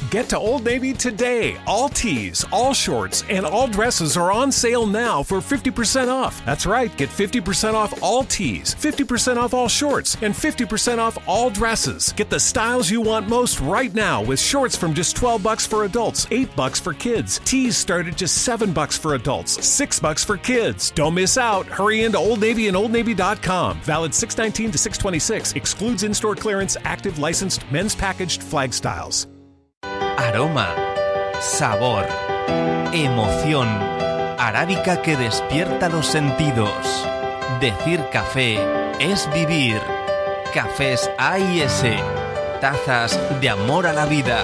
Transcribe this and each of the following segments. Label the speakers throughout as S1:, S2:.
S1: Get to Old Navy today. All tees, all shorts, and all dresses are on sale now for 50% off. That's right, get 50% off all tees, 50% off all shorts, and 50% off all dresses. Get the styles you want most right now with shorts from just $12 for adults, $8 for kids. Tees start at just $7 for adults, $6 for kids. Don't miss out. Hurry into Old Navy and OldNavy.com. Valid 6/19 to 6/26. Excludes in-store clearance, active licensed men's packaged flag styles.
S2: Aroma, sabor, emoción, arábica que despierta los sentidos. Decir café es vivir. Cafés A&S, tazas de amor a la vida.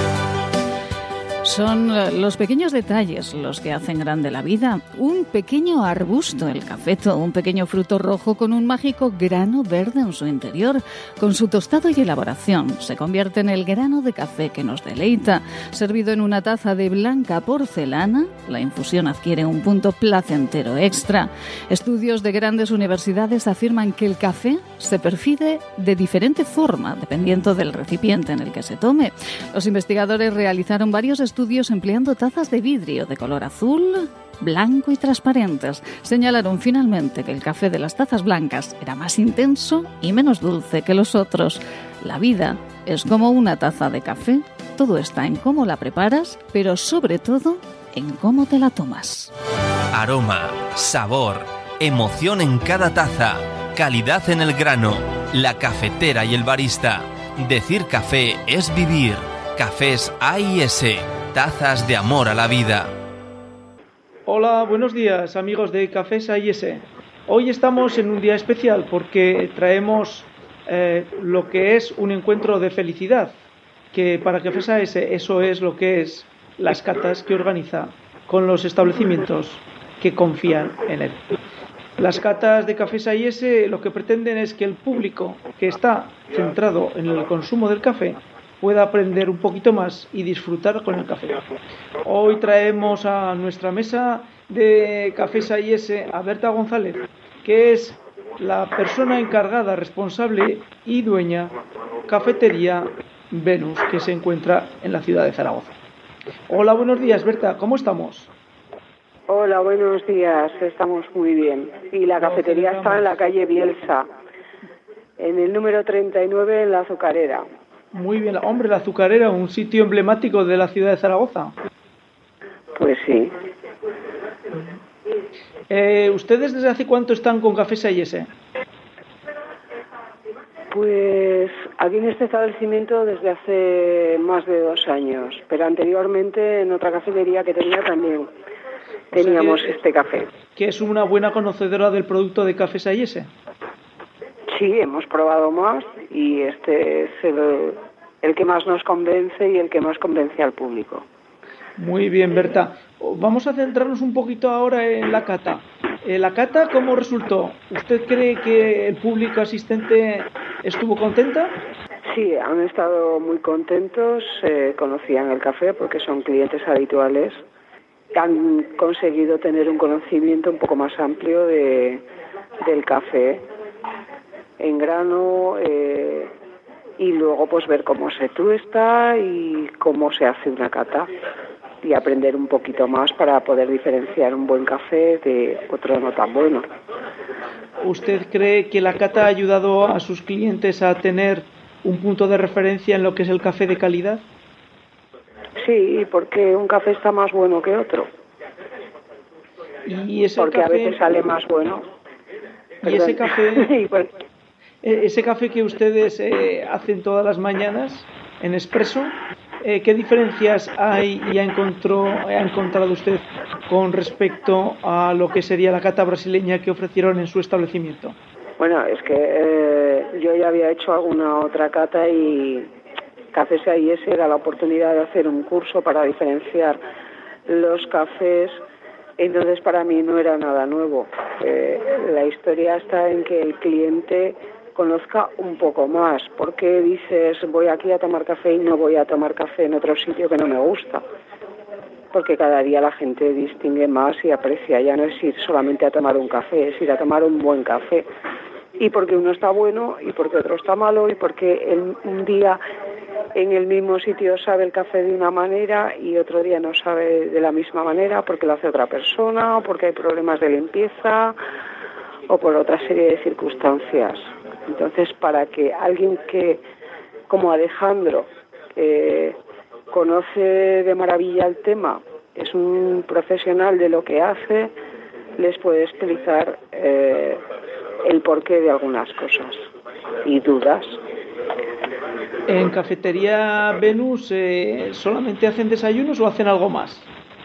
S3: Son los pequeños detalles los que hacen grande la vida. Un pequeño arbusto, el cafeto, un pequeño fruto rojo con un mágico grano verde en su interior. Con su tostado y elaboración se convierte en el grano de café que nos deleita. Servido en una taza de blanca porcelana, la infusión adquiere un punto placentero extra. Estudios de grandes universidades afirman que el café se percibe de diferente forma dependiendo del recipiente en el que se tome. Los investigadores realizaron varios estudios empleando tazas de vidrio de color azul, blanco y transparentes. Señalaron finalmente que el café de las tazas blancas era más intenso y menos dulce que los otros. La vida es como una taza de café. Todo está en cómo la preparas, pero sobre todo en cómo te la tomas.
S2: Aroma, sabor, emoción en cada taza, calidad en el grano, la cafetera y el barista. Decir café es vivir. Cafés A&S, tazas de amor a la vida.
S4: Hola, buenos días amigos de Cafés A&S. Hoy estamos en un día especial porque traemos lo que es un encuentro de felicidad, que para Cafés A&S eso es lo que es las catas que organiza con los establecimientos que confían en él. Las catas de Cafés A&S lo que pretenden es que el público que está centrado en el consumo del café pueda aprender un poquito más y disfrutar con el café. Hoy traemos a nuestra mesa de Cafés A&S a Berta González, que es la persona encargada, responsable y dueña Cafetería Venus, que se encuentra en la ciudad de Zaragoza. Hola, buenos días, Berta, ¿cómo estamos?
S5: Hola, buenos días, estamos muy bien. Y la cafetería está en la calle Bielsa, en el número 39, en la Azucarera.
S4: Muy bien, hombre, la Azucarera, un sitio emblemático de la ciudad de Zaragoza.
S5: Pues sí.
S4: ¿Ustedes desde hace cuánto están con Cafés A&S?
S5: Pues aquí en este establecimiento desde hace más de 2 años, pero anteriormente en otra cafetería que tenía también teníamos este café.
S4: ¿Que es una buena conocedora del producto de Cafés A&S?
S5: Sí, hemos probado más y este es el que más nos convence y el que más convence al público.
S4: Muy bien, Berta. Vamos a centrarnos un poquito ahora en la cata. ¿La cata cómo resultó? ¿Usted cree que el público asistente estuvo contenta?
S5: Sí, han estado muy contentos, conocían el café porque son clientes habituales. Han conseguido tener un conocimiento un poco más amplio del café en grano y luego pues ver cómo se tuesta y cómo se hace una cata y aprender un poquito más para poder diferenciar un buen café de otro no tan bueno.
S4: ¿Usted cree que la cata ha ayudado a sus clientes a tener un punto de referencia en lo que es el café de calidad?
S5: Sí, porque un café está más bueno que otro.
S4: ¿Y ese
S5: porque
S4: café,
S5: a veces sale más bueno.
S4: ¿Y ese café, ese café que ustedes hacen todas las mañanas en expreso, qué diferencias hay y ha encontrado usted con respecto a lo que sería la cata brasileña que ofrecieron en su establecimiento?
S5: Bueno, es que yo ya había hecho alguna otra cata y Cafés A&S era la oportunidad de hacer un curso para diferenciar los cafés. Entonces para mí no era nada nuevo. La historia está en que el cliente conozca un poco más. ¿Por qué dices voy aquí a tomar café y no voy a tomar café en otro sitio que no me gusta? Porque cada día la gente distingue más y aprecia. Ya no es ir solamente a tomar un café, es ir a tomar un buen café. Y porque uno está bueno y porque otro está malo y porque un día en el mismo sitio sabe el café de una manera y otro día no sabe de la misma manera porque lo hace otra persona o porque hay problemas de limpieza o por otra serie de circunstancias. Entonces, para que alguien que, como Alejandro, conoce de maravilla el tema, es un profesional de lo que hace, les puede explicar el porqué de algunas cosas y dudas.
S4: ¿En Cafetería Venus solamente hacen desayunos o hacen algo más?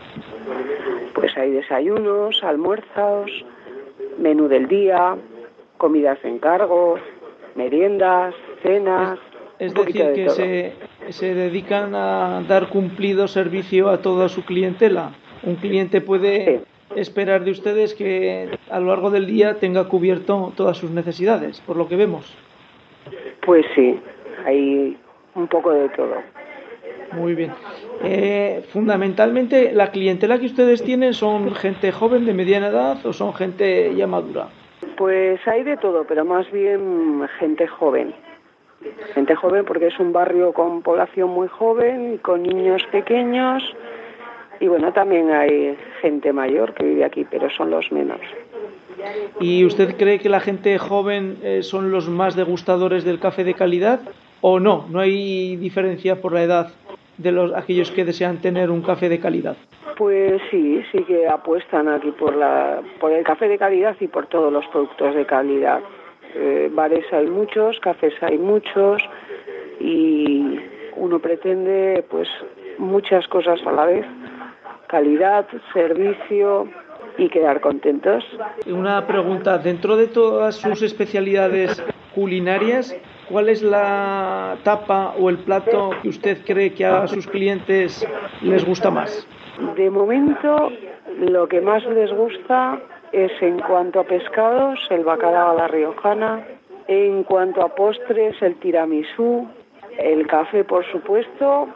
S5: Pues hay desayunos, almuerzos, menú del día, comidas de encargo, meriendas, cenas.
S4: Es decir, que se dedican a dar cumplido servicio a toda su clientela. Un cliente puede esperar de ustedes que a lo largo del día tenga cubierto todas sus necesidades, por lo que vemos.
S5: Pues sí, hay un poco de todo.
S4: Muy bien. Fundamentalmente, ¿la clientela que ustedes tienen son gente joven de mediana edad o son gente ya madura?
S5: Pues hay de todo, pero más bien gente joven. Gente joven porque es un barrio con población muy joven y con niños pequeños. Y bueno, también hay gente mayor que vive aquí, pero son los menos.
S4: ¿Y usted cree que la gente joven son los más degustadores del café de calidad o no? ¿No hay diferencia por la edad de aquellos que desean tener un café de calidad?
S5: Pues sí que apuestan aquí por el café de calidad y por todos los productos de calidad. Bares hay muchos, cafés hay muchos y uno pretende pues muchas cosas a la vez: calidad, servicio y quedar contentos.
S4: Una pregunta, dentro de todas sus especialidades culinarias, ¿cuál es la tapa o el plato que usted cree que a sus clientes les gusta más?
S5: De momento, lo que más les gusta es, en cuanto a pescados, el bacalao a la riojana, en cuanto a postres, el tiramisú, el café, por supuesto.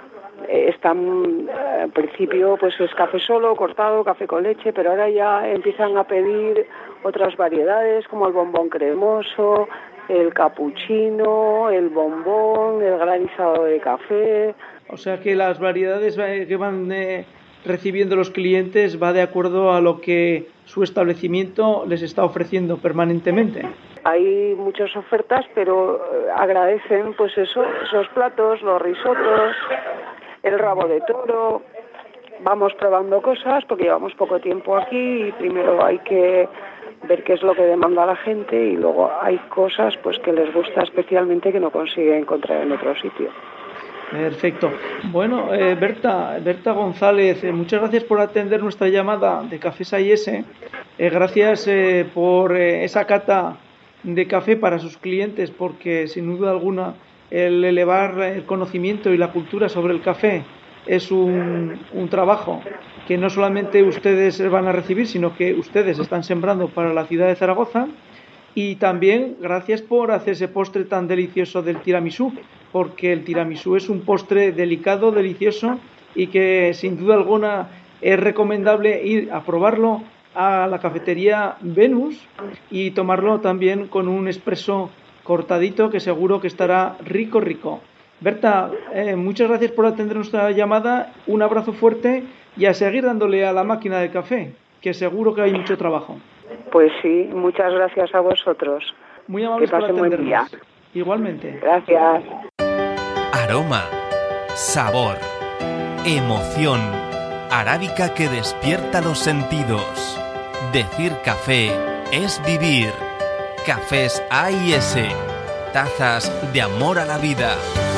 S5: Al principio pues es café solo, cortado, café con leche, pero ahora ya empiezan a pedir otras variedades como el bombón cremoso, el capuchino, el bombón, el granizado de café.
S4: O sea que las variedades que van recibiendo los clientes va de acuerdo a lo que su establecimiento les está ofreciendo permanentemente.
S5: Hay muchas ofertas, pero agradecen pues esos platos, los risotos, el rabo de toro. Vamos probando cosas porque llevamos poco tiempo aquí y primero hay que ver qué es lo que demanda la gente y luego hay cosas pues que les gusta especialmente que no consiguen encontrar en otro sitio.
S4: Perfecto. Bueno, Berta González, muchas gracias por atender nuestra llamada de Cafés A&S. Gracias por esa cata de café para sus clientes, porque sin duda alguna el elevar el conocimiento y la cultura sobre el café es un trabajo que no solamente ustedes van a recibir, sino que ustedes están sembrando para la ciudad de Zaragoza. Y también gracias por hacer ese postre tan delicioso del tiramisú, porque el tiramisú es un postre delicado, delicioso y que sin duda alguna es recomendable ir a probarlo a la cafetería Venus y tomarlo también con un expreso cortadito que seguro que estará rico. Berta, muchas gracias por atender nuestra llamada, un abrazo fuerte y a seguir dándole a la máquina de café, que seguro que hay mucho trabajo.
S5: Pues sí, muchas gracias a vosotros.
S4: Muy amables por atendernos. Igualmente.
S5: Gracias.
S2: Aroma, sabor, emoción, arábica que despierta los sentidos. Decir café es vivir. Cafés A&S, tazas de amor a la vida.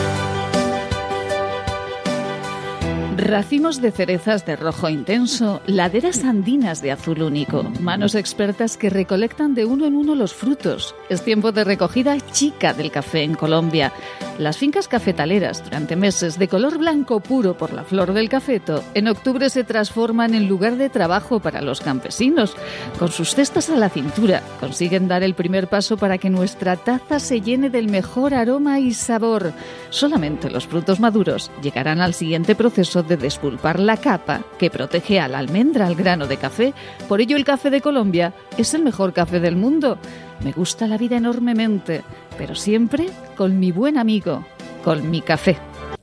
S3: Racimos de cerezas de rojo intenso, laderas andinas de azul único, manos expertas que recolectan de uno en uno los frutos. Es tiempo de recogida chica del café en Colombia. Las fincas cafetaleras, durante meses de color blanco puro por la flor del cafeto, en octubre se transforman en lugar de trabajo para los campesinos. Con sus cestas a la cintura, consiguen dar el primer paso para que nuestra taza se llene del mejor aroma y sabor. Solamente los frutos maduros llegarán al siguiente proceso de despulpar la capa que protege a la almendra al grano de café. Por ello el café de Colombia es el mejor café del mundo. Me gusta la vida enormemente, pero siempre con mi buen amigo, con mi café.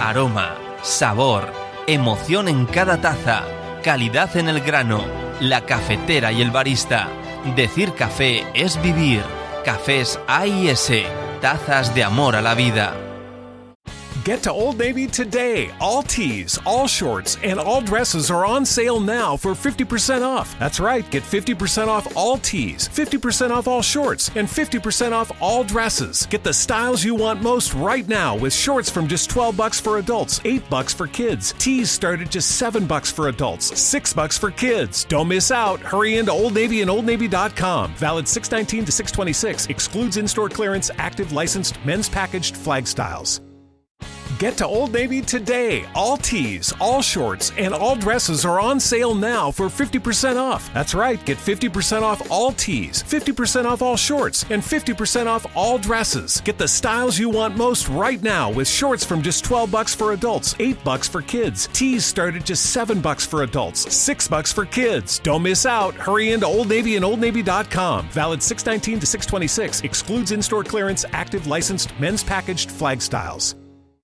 S2: Aroma, sabor, emoción en cada taza, calidad en el grano, la cafetera y el barista. Decir café es vivir. Cafés A&S, tazas de amor a la vida.
S1: Get to Old Navy today. All tees, all shorts, and all dresses are on sale now for 50% off. That's right, get 50% off all tees, 50% off all shorts, and 50% off all dresses. Get the styles you want most right now with shorts from just $12 for adults, $8 for kids. Tees start at just $7 for adults, $6 for kids. Don't miss out. Hurry into Old Navy and OldNavy.com. Valid 6/19 to 6/26. Excludes in-store clearance, active licensed, men's packaged flag styles. Get to Old Navy today. All tees, all shorts, and all dresses are on sale now for 50% off. That's right, get 50% off all tees, 50% off all shorts, and 50% off all dresses. Get the styles you want most right now with shorts from just $12 for adults, $8 for kids. Tees start at just $7 for adults, $6 for kids. Don't miss out. Hurry into Old Navy and OldNavy.com. Valid 6/19 to 6/26. Excludes in-store clearance, active licensed, men's packaged flag styles.